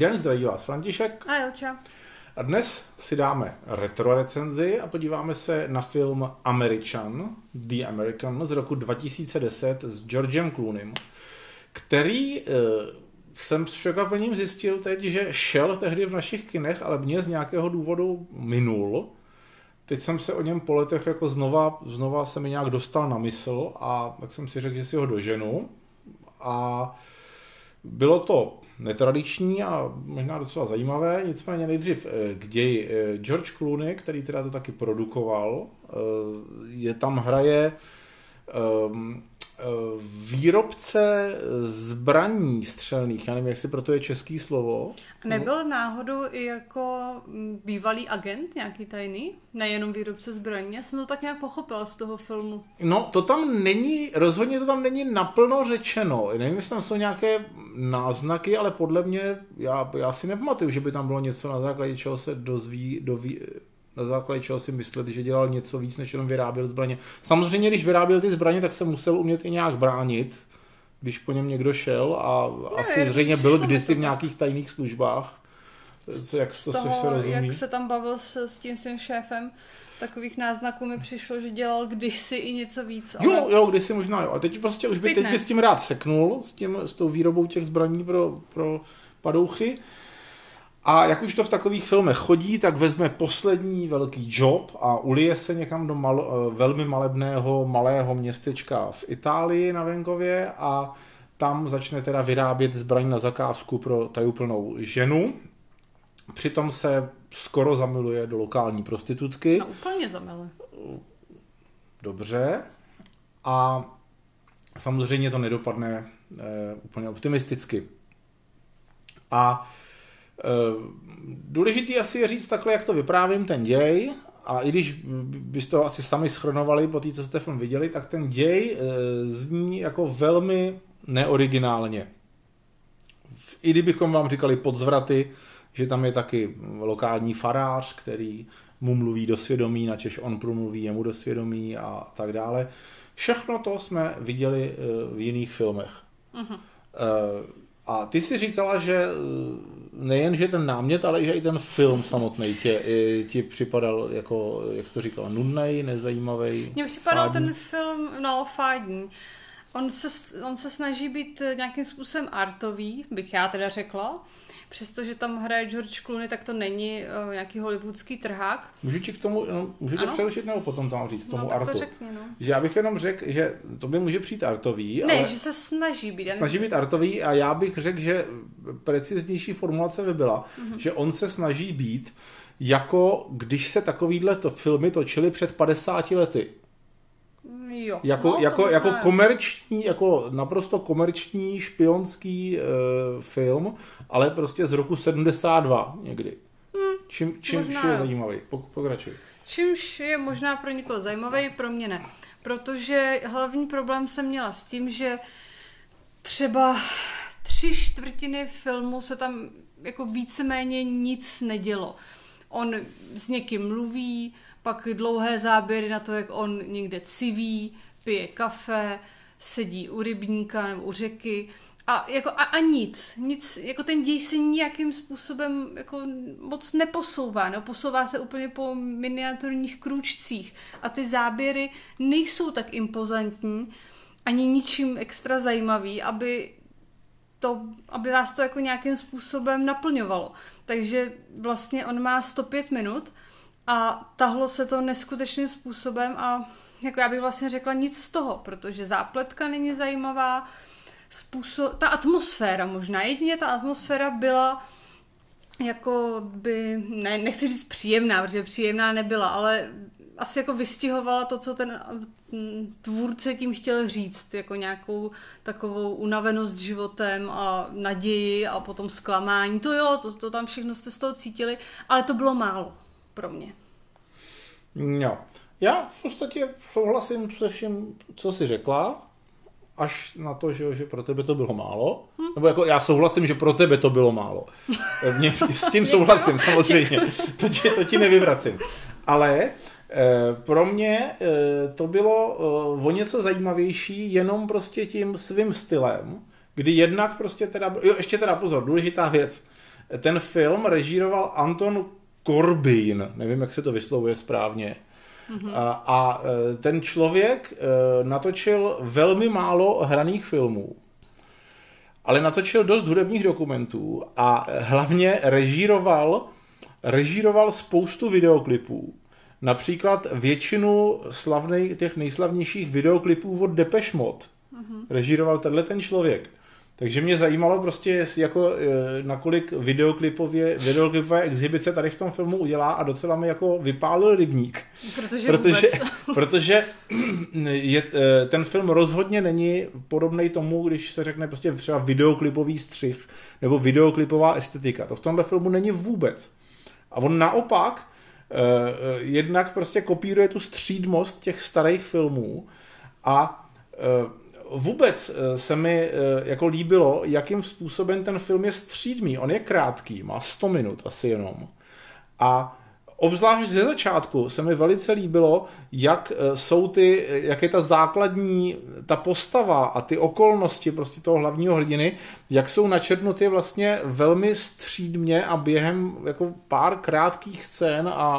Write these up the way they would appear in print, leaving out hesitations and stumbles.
den, zdraví vás František. A jo, čau. A dnes si dáme retro recenzi a podíváme se na film American, The American z roku 2010 s Georgem Clooneym, který jsem s překvapením zjistil teď, že šel tehdy v našich kinech, ale mě z nějakého důvodu minul. Teď jsem se o něm po letech jako znova se mi nějak dostal na mysl a tak jsem si řekl, že si ho doženu. A bylo to netradiční a možná docela zajímavé, nicméně nejdřív k ději. George Clooney, který teda to taky produkoval, tam hraje výrobce zbraní střelných, já nevím, jestli proto je český slovo. Nebyl náhodou i jako bývalý agent nějaký tajný? Nejenom výrobce zbraní? Já jsem to tak nějak pochopila z toho filmu. No, to tam není, rozhodně to tam není naplno řečeno. Nevím, jestli tam jsou nějaké náznaky, ale podle mě, já si nepamatuju, že by tam bylo něco, na základě čeho se na základě čeho si myslet, že dělal něco víc, než jenom vyráběl zbraně. Samozřejmě, když vyráběl ty zbraně, tak se musel umět i nějak bránit, když po něm někdo šel a asi zřejmě byl kdysi v nějakých tajných službách. Jak se tam bavil s tím svým šéfem, takových náznaků mi přišlo, že dělal kdysi i něco víc. Ale... Jo, kdysi možná jo. A teď prostě už by s tím rád seknul, s tou výrobou těch zbraní pro padouchy. A jak už to v takových filmech chodí, tak vezme poslední velký job a ulije se někam do velmi malého městečka v Itálii na venkově a tam začne teda vyrábět zbraň na zakázku pro tajuplnou ženu. Přitom se skoro zamiluje do lokální prostitutky. No úplně zamiluje. Dobře. A samozřejmě to nedopadne úplně optimisticky. A důležitý asi je říct takhle, jak to vyprávím ten děj, a i když byste ho asi sami schronovali po té, co jste film viděli, tak ten děj zní jako velmi neoriginálně. I kdybychom vám říkali podzvraty, že tam je taky lokální farář, který mu mluví do svědomí, načež on promluví jemu do svědomí a tak dále. Všechno to jsme viděli v jiných filmech. Uh-huh. A ty si říkala, že nejen, že ten námět, ale že i ten film samotný ti připadal jako, jak jsi to říkala, nudnej, nezajímavý. Mně připadal ten film, fádní. On se snaží být nějakým způsobem artový, bych já teda řekla. Přestože tam hraje George Clooney, tak to není nějaký hollywoodský trhák. Můžu ti k tomu, můžu tě přerušit nebo potom tam říct k tomu artu? To řekni, no. Že já bych jenom řekl, že to by může přijít artový. Ne, ale že se snaží být. Snaží být artový a já bych řekl, že preciznější formulace by byla, že on se snaží být jako když se takovýhle filmy točily před 50 lety. Jo. Jako komerční, jako naprosto komerční špionský film, ale prostě z roku 72 někdy. Čímž je zajímavý. Pokračuj. Čímž je možná pro někoho zajímavý, pro mě ne. Protože hlavní problém jsem měla s tím, že třeba 3/4 filmu se tam jako víceméně nic nedělo. On s někým mluví, pak dlouhé záběry na to, jak on někde civí, pije kafe, sedí u rybníka nebo u řeky a nic, jako ten děj se nějakým způsobem jako moc neposouvá, posouvá se úplně po miniaturních krůčcích a ty záběry nejsou tak impozantní ani ničím extra zajímavý, aby vás to jako nějakým způsobem naplňovalo. Takže vlastně on má 105 minut a tahlo se to neskutečným způsobem a jako já bych vlastně řekla nic z toho, protože zápletka není zajímavá, ta atmosféra možná, jedině ta atmosféra byla jako by, nechci říct příjemná, protože příjemná nebyla, ale asi jako vystihovala to, co ten tvůrce tím chtěl říct, jako nějakou takovou unavenost životem a naději a potom zklamání. To tam všechno jste z toho cítili, ale to bylo málo pro mě. Jo. Já v podstatě souhlasím se vším, co jsi řekla, až na to, že pro tebe to bylo málo. Nebo jako já souhlasím, že pro tebe to bylo málo. S tím souhlasím, samozřejmě. To ti nevyvracím. Ale pro mě to bylo o něco zajímavější jenom prostě tím svým stylem, kdy jednak prostě teda, ještě teda pozor, důležitá věc, ten film režíroval Anton Corbijn, nevím, jak se to vyslovuje správně. A ten člověk natočil velmi málo hraných filmů, ale natočil dost hudebních dokumentů a hlavně režíroval spoustu videoklipů. Například většinu těch nejslavnějších videoklipů od Depeche Mode režíroval ten člověk. Takže mě zajímalo prostě, jako nakolik videoklipové exhibice tady v tom filmu udělá a docela mi jako vypálil rybník. Protože ten film rozhodně není podobný tomu, když se řekne prostě třeba videoklipový střih nebo videoklipová estetika. To v tomhle filmu není vůbec. A on naopak jednak prostě kopíruje tu střídmost těch starých filmů a vůbec se mi jako líbilo, jakým způsobem ten film je střídmý. On je krátký, má 100 minut asi jenom. A obzvlášť ze začátku se mi velice líbilo, jak je ta základní, ta postava a ty okolnosti prostě toho hlavního hrdiny, jak jsou načrtnuty vlastně velmi střídmě a během jako pár krátkých scén a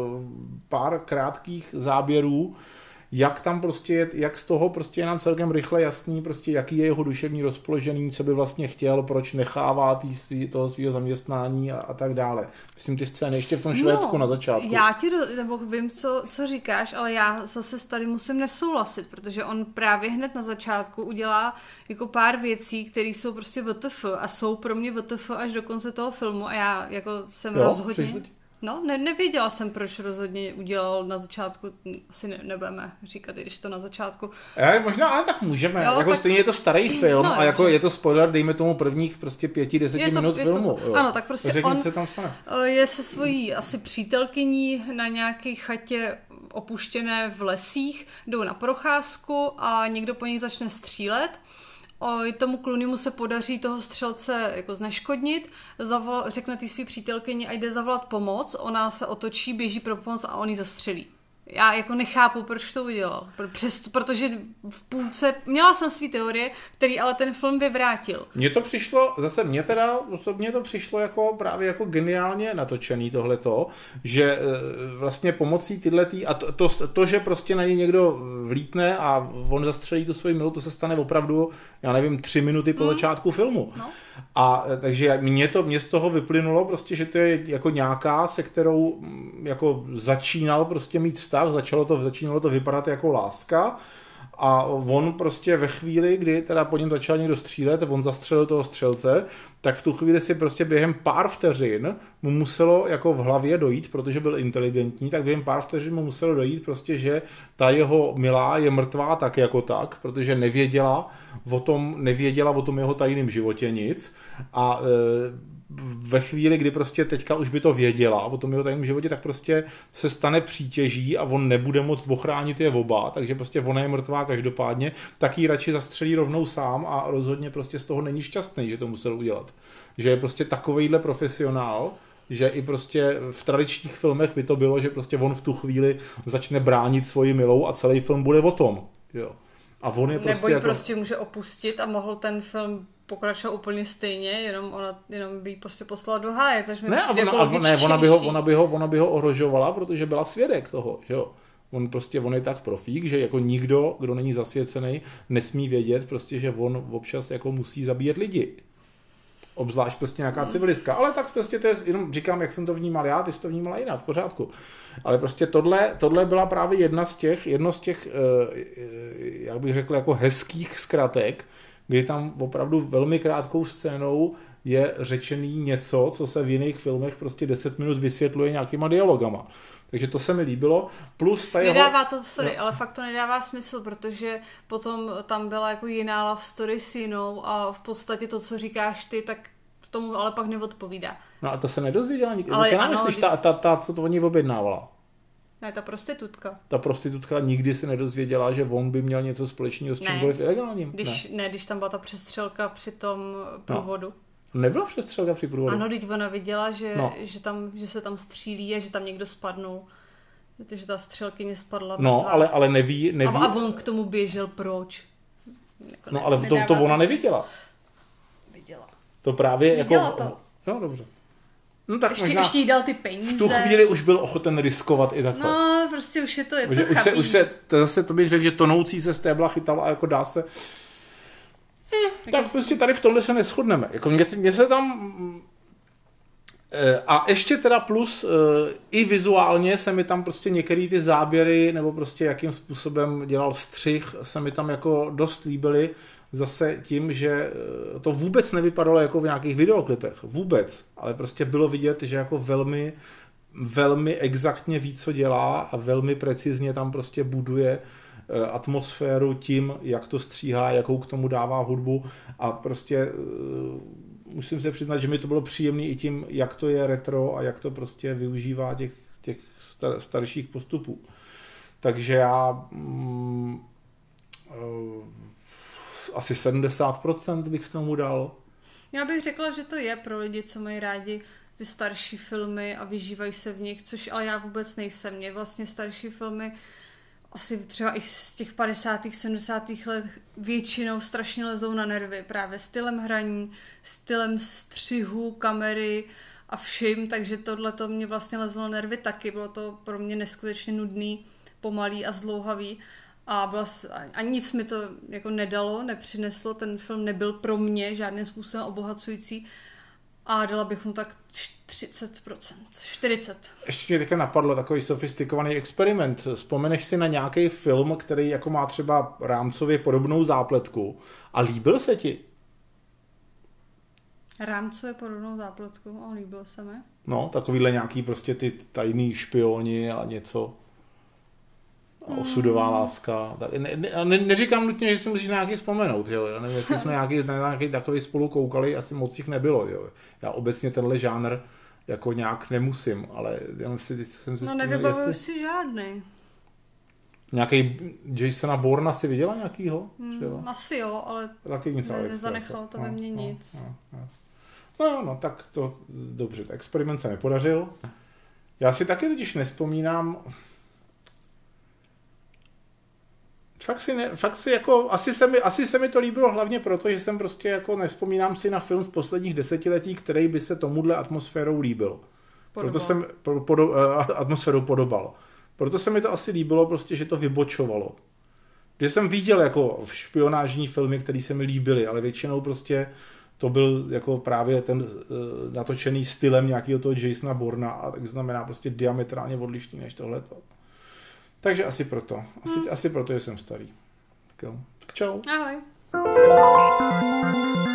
pár krátkých záběrů, jak tam prostě jak z toho prostě je nám celkem rychle jasný, prostě jaký je jeho duševní rozpoložení, co by vlastně chtěl, proč nechává toho svého zaměstnání a tak dále. Myslím ty scény ještě v tom Švédsku na začátku. Já nebo vím, co říkáš, ale já zase tady musím nesouhlasit, protože on právě hned na začátku udělá jako pár věcí, které jsou prostě WTF a jsou pro mě WTF až do konce toho filmu a já jako jsem rozhodně... No, nevěděla jsem, proč rozhodně udělal na začátku, asi nebudeme říkat, i když to na začátku. Možná, ale tak můžeme, jako tak... stejně je to starý film a jako je to spoiler, dejme tomu prvních prostě 5-10 minut filmu. Ano, tak prostě řekni, on se tam stane. Je se svojí asi přítelkyní na nějaké chatě opuštěné v lesích, jdou na procházku a někdo po nich začne střílet. Tomu Clooneymu se podaří toho střelce jako zneškodnit, řekne té svý přítelkyni a jde zavolat pomoc, ona se otočí, běží pro pomoc a on ji zastřelí. Já jako nechápu, proč to udělal. Protože v půlce měla jsem svý teorie, který ale ten film vyvrátil. Mně to přišlo, zase mě teda osobně to přišlo jako právě jako geniálně natočený tohleto, že vlastně pomocí tyhletý a to, že prostě na něj někdo vlítne a on zastřelí tu svoji milu, to se stane opravdu, já nevím, 3 minuty po začátku filmu. No. A takže mě z toho vyplynulo prostě, že to je jako nějaká, se kterou jako začínal prostě mít vztah, začínalo to vypadat jako láska a on prostě ve chvíli, kdy teda po něm začal někdo střílet, on zastřelil toho střelce, tak v tu chvíli si prostě během pár vteřin mu muselo jako v hlavě dojít, protože byl inteligentní, tak během pár vteřin mu muselo dojít prostě, že ta jeho milá je mrtvá tak jako tak, protože nevěděla o tom jeho tajném životě nic a ve chvíli, kdy prostě teďka už by to věděla o tom jeho tajném životě, tak prostě se stane přítěží a on nebude moct ochránit je oba, takže prostě ona je mrtvá každopádně, tak ji radši zastřelí rovnou sám a rozhodně prostě z toho není šťastný, že to musel udělat. Že je prostě takovejhle profesionál, že i prostě v tradičních filmech by to bylo, že prostě on v tu chvíli začne bránit svoji milou a celý film bude o tom. Jo. A on je prostě nebo ji jako... prostě může opustit a mohl ten film pokračovat úplně stejně, jenom by ji prostě poslala do háje, takže mi ona by ho ohrožovala, protože byla svědek toho, jo. On je tak profík, že jako nikdo, kdo není zasvěcený, nesmí vědět prostě, že on občas jako musí zabíjet lidi. Obzvlášť prostě nějaká civilistka. Ale tak prostě to je, jenom říkám, jak jsem to vnímal já, ty jsi to vnímala jinak, v pořádku. Ale prostě tohle byla právě jedno z těch, jak bych řekl, jako hezkých zkratek, kdy tam opravdu velmi krátkou scénou je řečený něco, co se v jiných filmech prostě 10 minut vysvětluje nějakýma dialogama. Takže to se mi líbilo. Plus ta nedává to, ale fakt to nedává smysl, protože potom tam byla jako jiná love story s jinou a v podstatě to, co říkáš ty, tak tomu ale pak neodpovídá. No a to se nedozvěděla nikdy. Ale myslíš, ta, co to oni objednávala? Ne, ta prostitutka. Ta prostitutka nikdy se nedozvěděla, že on by měl něco společného s čímkoliv ilegálním. Když tam byla ta přestřelka při tom průvodu. No. Nebyla přestřelka při průvodu. Ano, teď ona viděla, že se tam střílí a že tam někdo spadnul. Protože ta střelkyně spadla. No, ale neví. A on k tomu běžel proč? Ale to ona neviděla. Viděla. To právě viděla jako... to. No, dobře. No tak ještě jí dal ty peníze. V tu chvíli už byl ochoten riskovat i takhle. No, prostě už je to chabý. Už se, zase to bych řekl, že tonoucí se stébla chytala a jako dá se... Tak prostě tady v tomhle se neshodneme. Jako mě se tam... A ještě teda plus i vizuálně se mi tam prostě některé ty záběry nebo prostě jakým způsobem dělal střih se mi tam jako dost líbily zase tím, že to vůbec nevypadalo jako v nějakých videoklipech. Vůbec. Ale prostě bylo vidět, že jako velmi, velmi exaktně ví, co dělá a velmi precizně tam prostě buduje atmosféru tím, jak to stříhá, jakou k tomu dává hudbu a prostě musím se přiznat, že mi to bylo příjemné i tím, jak to je retro a jak to prostě využívá těch starších postupů. Takže já asi 70% bych tomu dal. Já bych řekla, že to je pro lidi, co mají rádi ty starší filmy a vyžívají se v nich, což ale já vůbec nejsem. Mě vlastně starší filmy asi třeba i z těch 50. 70. let většinou strašně lezou na nervy. Právě stylem hraní, stylem střihu, kamery a všim, takže tohleto mě vlastně lezlo na nervy taky. Bylo to pro mě neskutečně nudný, pomalý a zdlouhavý. A nic mi to jako nedalo, nepřineslo, ten film nebyl pro mě žádným způsobem obohacující a dala bych mu tak 30%, 40%. Ještě mě teďka napadlo takový sofistikovaný experiment. Vzpomeneš si na nějaký film, který jako má třeba rámcově podobnou zápletku a líbil se ti? Rámcově podobnou zápletku a líbil se mi? No, takovýhle nějaký prostě ty tajný špioni a něco. A osudová láska. Neříkám nutně, že si musíš nějaký vzpomenout. Jo? Já nevím, jestli jsme nějaký takový spolu koukali, asi moc jich nebylo. Jo? Já obecně tenhle žánr jako nějak nemusím, ale jsem si vzpomněl, nevybavuju si žádný. Nějaký Jasona Bourna si viděla nějakýho? Asi jo, ale taky nic nezanechalo to ve mně nic. No, tak to dobře, tak experiment se nepodařil. Já si taky totiž nespomínám. Fakt si jako, asi se mi to líbilo hlavně proto, že jsem prostě jako nevzpomínám si na film z posledních desetiletí, který by se tomuhle atmosférou líbil. Proto jsem atmosférou podobal. Proto se mi to asi líbilo prostě, že to vybočovalo. Že jsem viděl jako špionážní filmy, které se mi líbily, ale většinou prostě to byl jako právě ten natočený stylem nějakého toho Jasona Bourna a tak znamená prostě diametrálně odlišný než tohleto. Takže asi proto. Asi proto, že jsem starý. Tak jo. Tak čau. Ahoj.